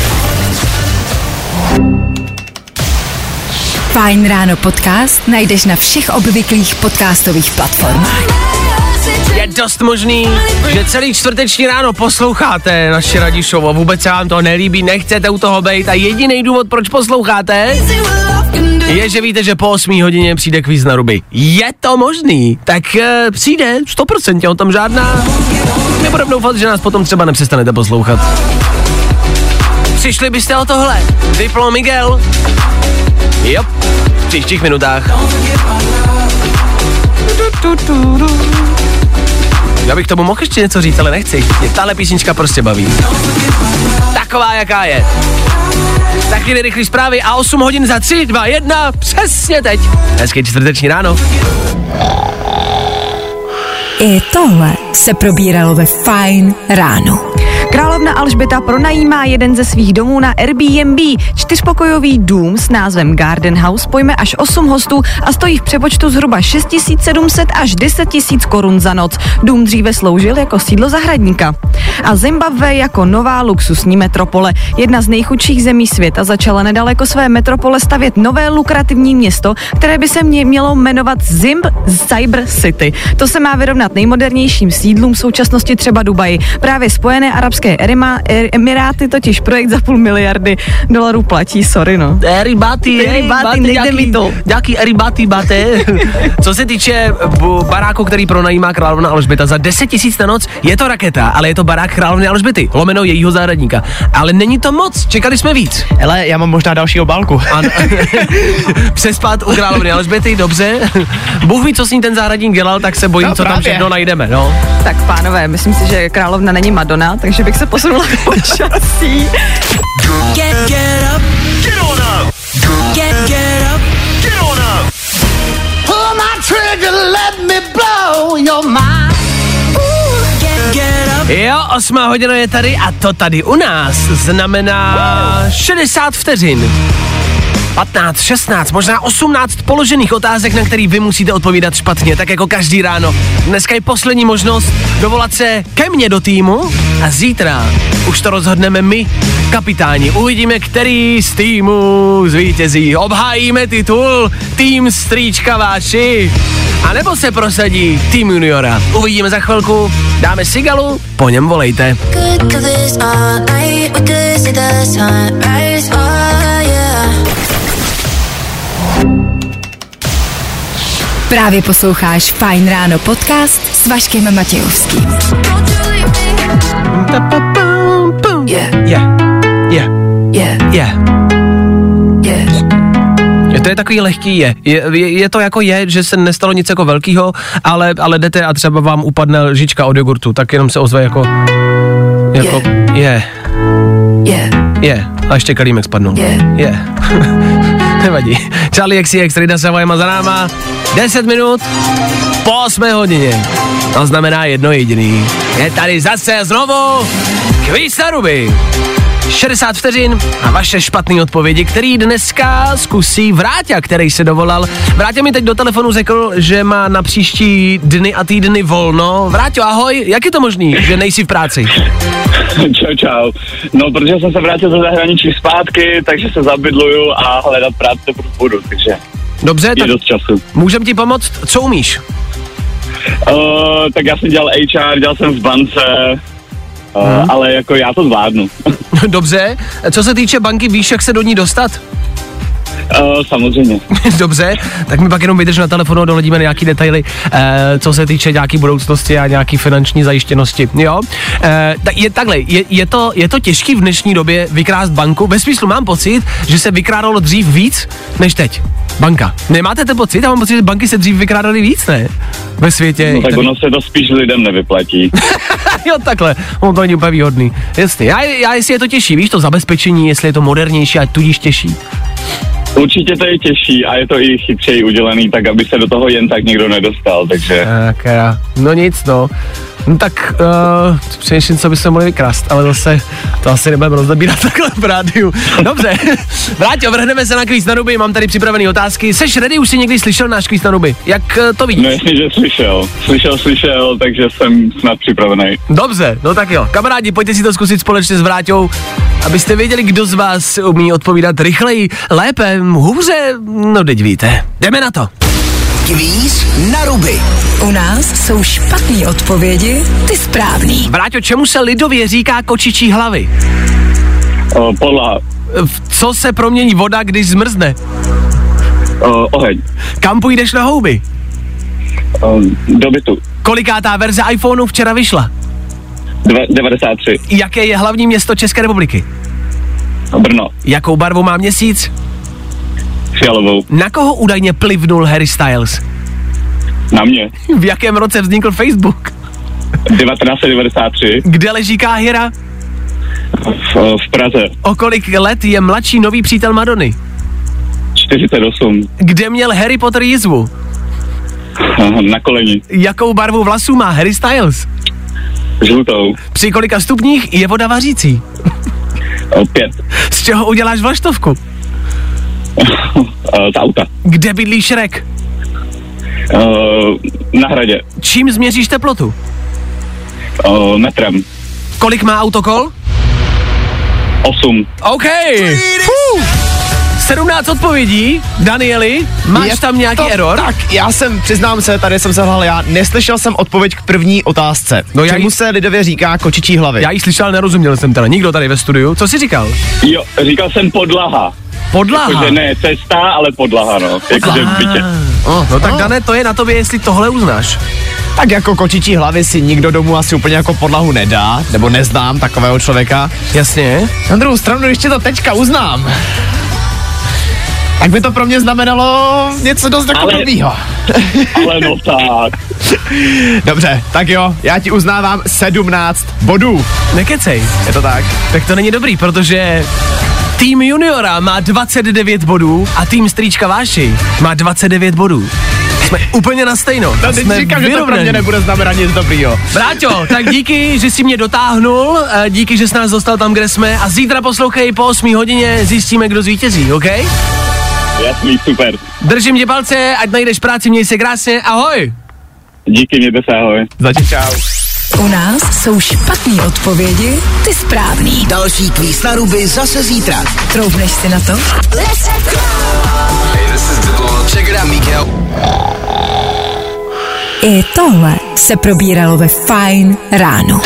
Fajn ráno podcast najdeš na všech obvyklých podcastových platformách. Je dost možný, že celý čtvrteční ráno posloucháte naši ranní show a vůbec se vám to nelíbí, nechcete u toho být a jediný důvod, proč posloucháte, je, že víte, že po osmé hodině přijde kvíz na ruby. Je to možný? Tak uh, přijde, sto procent, o tom žádná. Nebudem doufat, že nás potom třeba nepřestanete poslouchat. Přišli byste o tohle? Diplo Miguel? Jo, v příštích minutách. Já bych tomu mohl ještě něco říct, ale nechci. Mě tahle písnička prostě baví. Taková, jaká je. Tak chvíli rychlý zprávy a osm hodin za tři, dva, jedna, přesně teď. Hezký čtvrteční ráno. I tohle se probíralo ve Fajn ráno. Královna Alžběta pronajímá jeden ze svých domů na Airbnb. Čtyřpokojový dům s názvem Garden House pojme až osm hostů a stojí v přepočtu zhruba šest tisíc sedm set až deset tisíc korun za noc. Dům dříve sloužil jako sídlo zahradníka. A Zimbabwe jako nová luxusní metropole. Jedna z nejchudších zemí světa začala nedaleko své metropole stavět nové lukrativní město, které by se mě mělo jmenovat Zimb Cyber City. To se má vyrovnat nejmodernějším sídlům v současnosti třeba Dubaji. Právě Spojené arabské Emiráty totiž projekt za půl miliardy dolarů platí, sorry no. Eribáty, Eribáty, nejde mi to. Nějaký eribáty, báte. Co se týče baráku, který pronajímá královna Alžběta za deset tisíc na noc, je to raketa, ale je to barák královny Alžběty, lomeno jejího zahradníka. Ale není to moc, čekali jsme víc. Hele, já mám možná další obálku. Ano. Přespat u královny Alžběty, dobře. Bůh ví, co s ní ten zahradník dělal, tak se bojím, no, co právě. Tam všechno najdeme, no. Tak pánové, myslím si, že královna není Madonna, takže bych se posunula k počasí. Get, get up. Get on up. Get, get up. Get on up. Pull my trigger, let me blow your mind. Ooh, get, get up. Jo, osmá hodina je tady a to tady u nás znamená šedesát vteřin. patnáct, šestnáct, možná osmnáct položených otázek, na který vy musíte odpovídat špatně, tak jako každý ráno. Dneska je poslední možnost dovolat se ke mně do týmu a zítra už to rozhodneme my, kapitáni. Uvidíme, který z týmu zvítězí. Obhájíme titul tým Strýčka Váši. A nebo se prosadí tým juniora. Uvidíme za chvilku, dáme Sigalu, po něm volejte. Právě posloucháš Fajn ráno podcast s Vaškem Matějovským. Yeah. Yeah. Yeah. Yeah. Yeah. Yeah. To je takový lehký je. Je, je. je to jako je, že se nestalo nic jako velkýho, ale, ale jdete a třeba vám upadne lžička od jogurtu, tak jenom se ozve jako jako je. Je. Je. A ještě kalímek spadnul. Je. Je. Nevadí. Charlie X C X, Rida Savajma za náma. deset minut po osmé hodině. To znamená jedno jediný. Je tady zase znovu kvíz na ruby. šedesát vteřin a vaše špatné odpovědi, který dneska zkusí Vráťa, který se dovolal. Vráťa mi teď do telefonu řekl, že má na příští dny a týdny volno. Vráťo, ahoj, jak je to možný, že nejsi v práci? Čau, čau. No, protože jsem se vrátil ze zahraničí zpátky, takže se zabydluju a hledat práci budu, takže dobře, je tak dost času. můžem ti pomoct, co umíš? Uh, tak já jsem dělal há er, dělal jsem v bance, uh, hmm. ale jako já to zvládnu. Dobře, co se týče banky, víš, jak se do ní dostat? Uh, samozřejmě. Dobře, tak mi pak jenom vydrž na telefonu a doladíme nějaký detaily, eh, co se týče nějaký budoucnosti a nějaký finanční zajištěnosti, jo? Eh, tak je takhle, je, je, to, je to těžký v dnešní době vykrást banku? Ve smyslu mám pocit, že se vykrádalo dřív víc, než teď. Banka. Nemáte ten pocit? Já mám pocit, že banky se dřív vykrádaly víc, ne? Ve světě. No tak ono se to spíš lidem nevyplatí. Jo, takhle, on to není úplně výhodný. Jasně, já, já jestli je to těžší, víš, to zabezpečení, jestli je to modernější a tudíž těžší. Určitě to je těžší a je to i chytřeji udělaný, tak aby se do toho jen tak nikdo nedostal, takže... Tak, no nic, no. No tak, uh, především, co by se mohli vykrást, ale zase to asi nebudeme rozebírat takhle v rádiu. Dobře, Vráťo, vrhneme se na kvíz na ruby, mám tady připravené otázky. Seš ready, už jsi někdy slyšel náš kvíz na ruby? Jak uh, to vidíš? No jasně, že slyšel. Slyšel, slyšel, takže jsem snad připravený. Dobře, no tak jo. Kamarádi, pojďte si to zkusit společně s Vráťou, abyste věděli, kdo z vás umí odpovídat rychleji, lépe, hůře, no teď víte. Jdeme na to. Kvíz na ruby. U nás jsou špatné odpovědi, ty správný. Vráťo, čemu se lidově říká kočičí hlavy? O, podlaha. V co se promění voda, když zmrzne? O, oheň. Kam půjdeš na houby? O, do bytu. Kolikátá verze iPhoneu včera vyšla? Dve, devadesát tři. Jaké je hlavní město České republiky? Brno. Jakou barvu má měsíc? Fialovou. Na koho údajně plivnul Harry Styles? Na mě. V jakém roce vznikl Facebook? devatenáct set devadesát tři. Kde leží Káhira? V, v Praze. O kolik let je mladší nový přítel Madony? čtyřicet osm. Kde měl Harry Potter jizvu? Na koleni. Jakou barvu vlasů má Harry Styles? Žlutou. Při kolika stupních je voda vařící? O, pět. Z čeho uděláš vlaštovku? Z auta. Kde bydlí Šrek? Uh, na hradě. Čím změříš teplotu? Uh, metrem. Kolik má autokol? Osm. OK. Fuh. sedmnáct odpovědí. Danieli, máš Je tam nějaký to error? Tak, já jsem, přiznám se, tady jsem selhal, já neslyšel jsem odpověď k první otázce. No já Čemu jí- se lidově říká kočičí hlavy? Já ji slyšel, nerozuměl jsem teda. Nikdo tady ve studiu. Co jsi říkal? Jo, říkal jsem podlaha. Podlaha. Jakože ne cesta, ale podlaha, no. Jakože v bytě. Oh, no tak Ah. Dane, to je na tobě, jestli tohle uznáš. Tak jako kočičí hlavy si nikdo domů asi úplně jako podlahu nedá, nebo neznám takového člověka. Jasně. Na druhou stranu, ještě to teďka uznám, tak by to pro mě znamenalo něco dost jako Ale- blbýho. Ale no tak. Dobře, tak jo, já ti uznávám sedmnáct bodů. Nekecej. Je to tak? Tak to není dobrý, protože tým juniora má dvacet devět bodů a tým strýčka Váši má dvacet devět bodů. Jsme úplně na stejno. No teď Jsme říkám, že to pro vyrovnaní. mě nebude znamenat nic dobrýho. Vráťo, tak díky, že jsi mě dotáhnul, eh, díky, že jsi nás dostal tam, kde jsme a zítra poslouchej po osmé hodině, zjistíme, kdo zvítězí, OK? Jasný, super. Držím tě palce, ať najdeš práci, měj se krásně, ahoj! Díky, mějte se, ahoj. Zatím čau. U nás jsou špatné odpovědi, ty správný. Další kvíz na ruby zase zítra. Troufneš si na to? Let's go! Hey, this is Diplo. Check it out, Miguel. I tohle se probíralo ve Fajn ráno.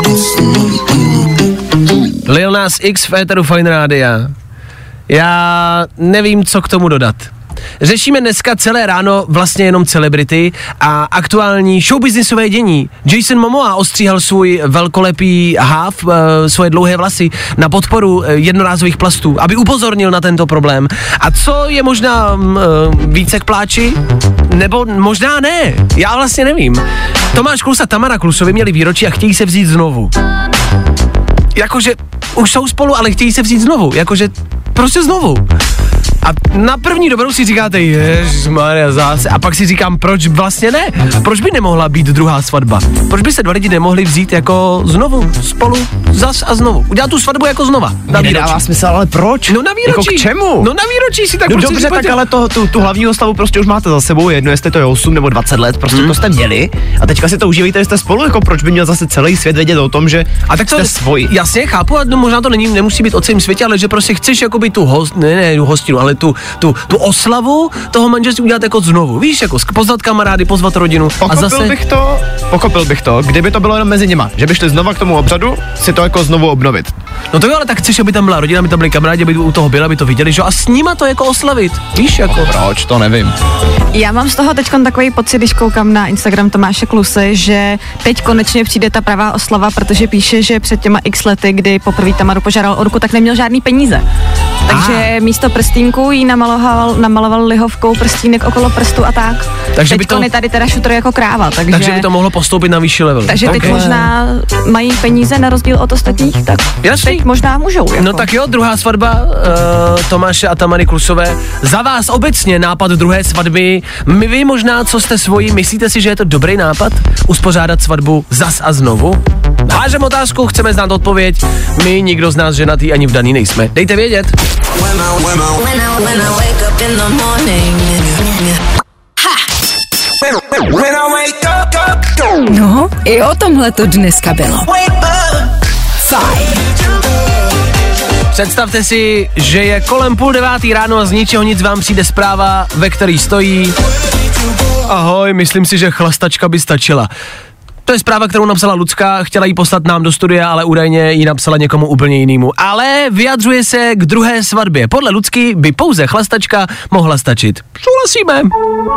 Lil Nas X v éteru Fine Rádia. Já nevím, co k tomu dodat. Řešíme dneska celé ráno vlastně jenom celebrity a aktuální showbiznisové dění. Jason Momoa ostříhal svůj velkolepý háv, uh, svoje dlouhé vlasy na podporu uh, jednorázových plastů, aby upozornil na tento problém. A co je možná uh, více k pláči? Nebo možná ne, já vlastně nevím. Tomáš Klus a Tamara Klusovi měli výročí a chtějí se vzít znovu. Jakože už jsou spolu, ale chtějí se vzít znovu. Jakože prostě znovu. A na první dobrou si říkáte, ježišmarja, zase. A pak si říkám, proč vlastně ne? Proč by nemohla být druhá svatba? Proč by se dva lidi nemohli vzít jako znovu, spolu, zas a znovu? Udělat tu svatbu jako znova. Na výročí. Nedává smysl, ale proč? No na výročí. Jako k čemu? No na výročí si tak no prostě dobře, tak ale to, tu, tu hlavní oslavu prostě už máte za sebou, jedno jestli to je osm nebo dvacet let, prostě hmm. to jste měli a teďka si to užívejte, jste spolu, jako proč by měl zase celý svět vědět o tom, že a tak to jste svoji. Jasně, chápu, a no, možná to není, nemusí být o celém světě, ale že prostě chceš jakoby tu host, ne, ne, tu hostinu, ale tu, tu, tu oslavu toho manželství udělat jako znovu, víš, jako pozvat kamarády, pozvat rodinu. Pochopil a zase bych to, pochopil bych to, kdyby to bylo jenom mezi nima, že by šli znova k tomu obřadu, si to jako znovu obnovit. No to jo, ale tak chceš, aby tam byla rodina, aby tam byli kamarádi, aby u toho byla, aby to viděli, že? A s nima to jako oslavit, víš, jako. Proč, to nevím. Já mám z toho teď takový pocit, když koukám na Instagram Tomáše Klusy, že teď konečně přijde ta pravá oslava, protože píše, že před těma x lety, kdy poprvé Tamaru požádal o ruku, tak neměl žádný peníze. Takže ah. místo prstínku jí namaloval, namaloval lihovkou prstínek okolo prstu a tak. Takže teď by to je tady teda šutr jako kráva. Takže, takže by to mohlo postoupit na vyšší level. Takže okay. teď možná mají peníze na rozdíl od ostatních, tak Jasný. teď možná můžou. Jako. No tak jo, druhá svatba uh, Tomáše a Tamary Klusové. Za vás obecně nápad druhé svatby. My vy možná, co jste svoji, myslíte si, že je to dobrý nápad? Uspořádat svatbu zas a znovu? Hážem otázku, chceme znát odpověď. My nikdo z nás ženatý ani vdaný nejsme. Dejte vědět. No, i o tomhle to dneska bylo. Fajn. Představte si, že je kolem půl devátý ráno a z ničeho nic vám přijde zpráva, ve který stojí: ahoj, myslím si, že chlastačka by stačila. To je zpráva, kterou napsala Lucka, chtěla ji poslat nám do studia, ale údajně ji napsala někomu úplně jinému. Ale vyjadřuje se k druhé svatbě. Podle Lucky by pouze chlastačka mohla stačit. Souhlasíme.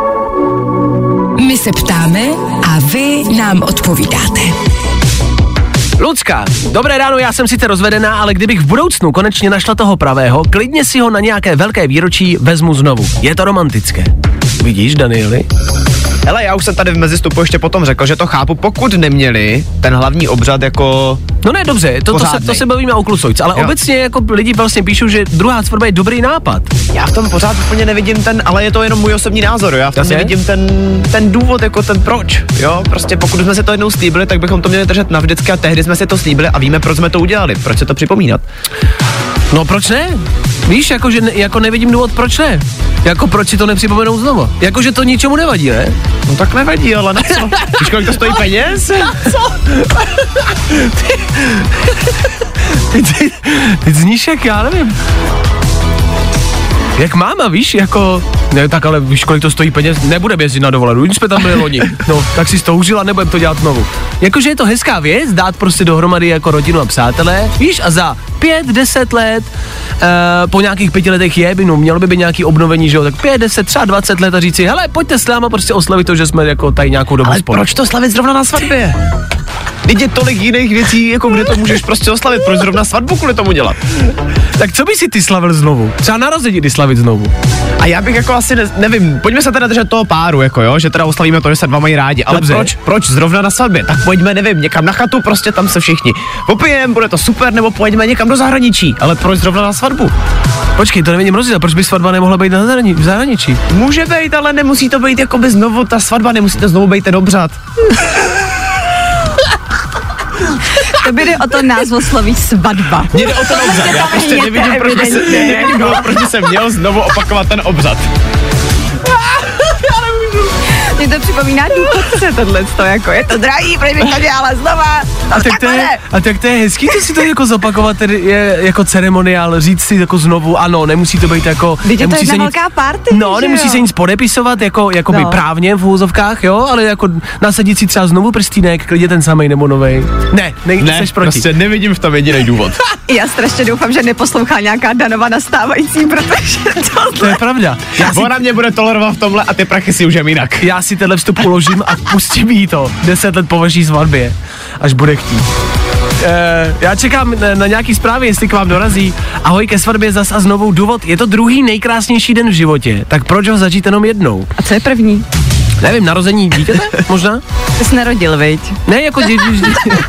My se ptáme a vy nám odpovídáte. Lucka, dobré ráno, já jsem sice rozvedená, ale kdybych v budoucnu konečně našla toho pravého, klidně si ho na nějaké velké výročí vezmu znovu. Je to romantické. Vidíš, Danieli? Hele, já už jsem tady v mezistupu ještě potom řekl, že to chápu, pokud neměli ten hlavní obřad jako No ne, dobře, to, to, se, to se bavíme o Klusojc, ale jo. Obecně jako lidi vlastně píšou, že druhá svatba je dobrý nápad. Já v tom pořád úplně nevidím ten, ale je to jenom můj osobní názor, jo? Já v tom Jasně? nevidím ten, ten důvod, jako ten proč, jo? Prostě pokud jsme si to jednou slíbili, tak bychom to měli držet navždycky a tehdy jsme si to slíbili a víme, proč jsme to udělali, proč se to připomínat. No proč ne? Víš, jako, že ne, jako nevidím důvod, proč ne? Jako proč si to nepřipomenou znovu? Jako, že to ničemu nevadí, ne? No tak nevadí, ale na co? Víš, kolik to stojí peněz? Co? Ty, ty, ty, ty zníš jak, já nevím. Jak máma, víš, jako, ne, tak ale víš, kolik to stojí peněz, nebudeme jezdit na dovolenou, jsme tam byli loni, no, tak si stoužil a nebudeme to dělat znovu. Jakože je to hezká věc, dát prostě dohromady jako rodinu a přátelé, víš, a za pět, deset let, uh, po nějakých pěti letech je, by, no, mělo by být nějaký obnovení, že jo, tak pět, deset, třeba dvacet let a říci, hele, pojďte s náma prostě oslavit to, že jsme jako tady nějakou dobu ale spolu. proč to slavit zrovna na svatbě? Teď je tolik jiných věcí, jako kde to můžeš prostě oslavit, proč zrovna svatbu kvůli tomu dělat? Tak co by si ty slavil znovu? Třeba narozeniny slavit znovu. A já bych jako asi, ne, nevím, pojďme se teda držet toho páru, jako jo, že teda oslavíme to, že se dva mají rádi, ale Dobře. proč, proč zrovna na svatbě? Tak pojďme, nevím, někam na chatu, prostě tam se všichni popijem, bude to super, nebo pojďme někam do zahraničí, ale proč zrovna na svatbu? Počkej, to nevidím rozdíl, proč by svatba nemohla být na zahrani- v zahraničí? Může být, ale nemusí to být jakoby znovu ta svatba, nemusí to znovu být ten obřad. To by jde o to názvosloví svatba. Mně jde o ten obřad, já prostě nevidím, proč by se, nevidím důvod, proč by se měl znovu opakovat ten obřad. Mě to připomíná důchodce tohleto, jako je to drahý, proč bych to dělala znova. A tak, to je, a tak to je hezký, to si to jako zopakovat, tedy je jako ceremoniál, říct si jako znovu, ano, nemusí to být jako... Teď je to nemusí jedna se velká nic, party, no, nemusí jo? se nic podepisovat, jako, jako No. by právně v úvozovkách, jo, ale jako nasadit si třeba znovu prstínek, klidně ten samej nebo novej. Ne, ne, Ne, seš proti. prostě nevidím v tom jediný důvod. Já strašně doufám, že neposlouchá nějaká Danova nastávající, protože To tohle... je pravda. Já si, Ona mě bude tolerovat v tomhle a ty prachy si užijem jinak. já si tenhle vstup uložím a pustím jí to deset let po vaší svatbě, až bude chtít. Uh, já čekám na, na nějaký zprávy, jestli k vám dorazí. Ahoj, ke svatbě zas a znovu důvod. Je to druhý nejkrásnější den v životě, tak proč ho začít jenom jednou? A co je první? Nevím, narození dítěte? Možná? Ty jsi nerodil, viď? Ne, jako dě, když,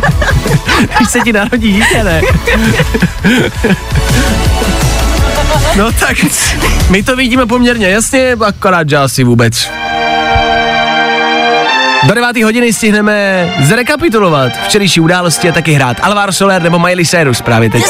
když se ti narodí dítě, ne? No tak, my to vidíme poměrně jasně, akorát, že asi vůbec. Do deváté hodiny stihneme zrekapitulovat včerejší události a taky hrát Alvaro Soler nebo Miley Cyrus právě teď.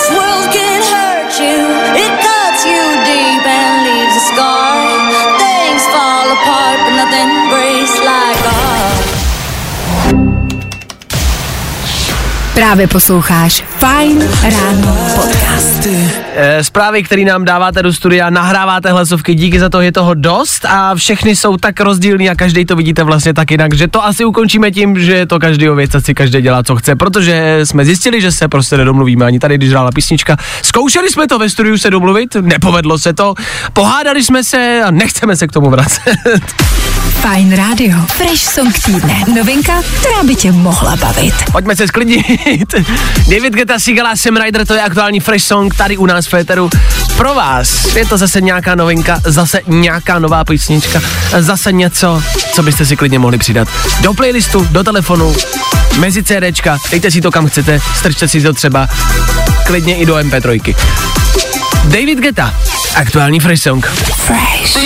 Právě posloucháš Fajn ráno podcast. E, zprávy, které nám dáváte do studia, nahráváte hlasovky, díky za to, je toho dost a všechny jsou tak rozdílný a každý to vidíte vlastně tak jinak, že to asi ukončíme tím, že je to každýho věc, si každý dělá, co chce, protože jsme zjistili, že se prostě nedomluvíme ani tady, když hrála písnička. Zkoušeli jsme to ve studiu se domluvit, nepovedlo se to, pohádali jsme se a nechceme se k tomu vracet. Fajn rádio, fresh song týdne, novinka, která by tě mohla bavit. Pojďme se sklidnit. David Guetta, Sigala, Sam Ryder, to je aktuální fresh song tady u nás v éteru. Pro vás je to zase nějaká novinka, zase nějaká nová písnička, zase něco, co byste si klidně mohli přidat. Do playlistu, do telefonu, mezi CDčka, dejte si to kam chcete, strčte si to třeba klidně i do em pé tři. David Guetta, aktuální fresh song. Fresh.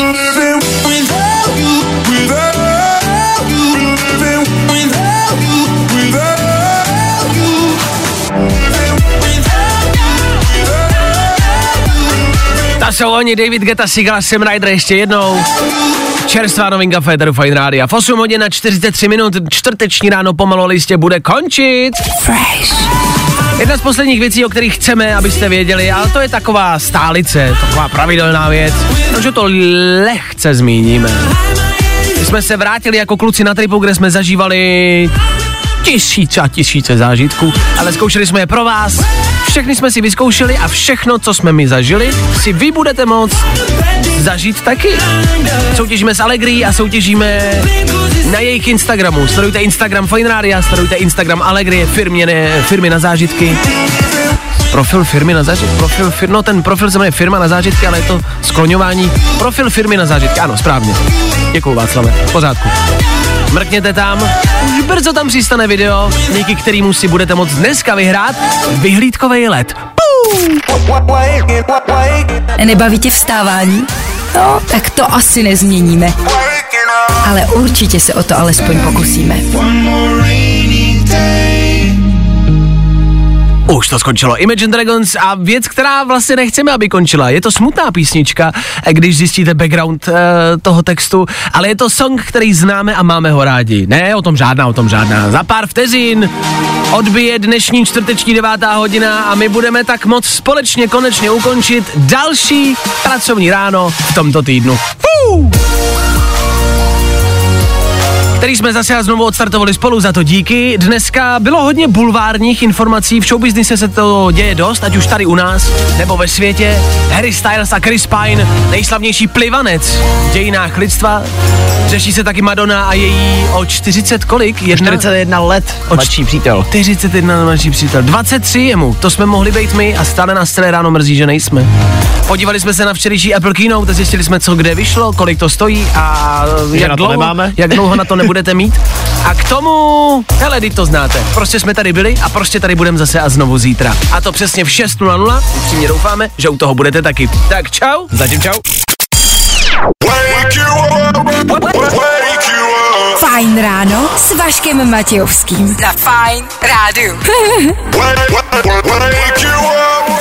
To jsou oni, David Guetta, Sigala, Sam Ryder, ještě jednou. Čerstvá novinka Féteru Fajn rádia. V osm hodin a čtyřicet tři minut, čtvrteční ráno pomalu listě bude končit. Fresh. Jedna z posledních věcí, o kterých chceme, abyste věděli, ale to je taková stálice, taková pravidelná věc, protože to lehce zmíníme. My jsme se vrátili jako kluci na tripu, kde jsme zažívali tisíce a tisíce zážitků, ale zkoušeli jsme je pro vás. Všechny jsme si vyzkoušeli a všechno, co jsme mi zažili, si vy budete moct zažít taky. Soutěžíme s Allegri a soutěžíme na jejich Instagramu. Sledujte Instagram Fajn rádia, sledujte Instagram Allegri, firmě, ne, firmy na zážitky. Profil firmy na zážitky, profil fir, no ten profil se jmenuje firma na zážitky, ale je to skloňování. Profil firmy na zážitky, ano, správně. Děkuju, Václave, v pořádku. Mrkněte tam, už brzo tam přistane video, díky kterému si budete moct dneska vyhrát vyhlídkovej let. Pum! Nebaví tě vstávání? No, tak to asi nezměníme. Ale určitě se o to alespoň pokusíme. Už to skončilo. Imagine Dragons a věc, která vlastně nechceme, aby končila. Je to smutná písnička, když zjistíte background uh, toho textu, ale je to song, který známe a máme ho rádi. Ne, o tom žádná, o tom žádná. Za pár vteřin odbije dnešní čtvrteční devátá hodina a my budeme tak moc společně konečně ukončit další pracovní ráno v tomto týdnu. Fuu! Který jsme zase a znovu odstartovali spolu, za to díky. Dneska bylo hodně bulvárních informací, v showbiznise se to děje dost, ať už tady u nás, nebo ve světě. Harry Styles a Chris Pine, nejslavnější plivanec v dějinách lidstva. Řeší se taky Madonna a její o čtyřicet kolik? Jedna? čtyřicet jedna let, mladší přítel. čtyřicet jedna mladší přítel. dvacet tři je mu, to jsme mohli být my a stále nás celé ráno mrzí, že nejsme. Podívali jsme se na včerejší Apple Keynote, zjistili jsme, co kde vyšlo, kolik to stojí a jak dlouho, jak dlouho na to nebudete mít. A k tomu, hele, teď to znáte, prostě jsme tady byli a prostě tady budeme zase a znovu zítra. A to přesně v šest nula nula, upřímně doufáme, že u toho budete taky. Tak čau. Zatím čau. Fajn ráno s Vaškem Matějovským. Za Fajn rádiu.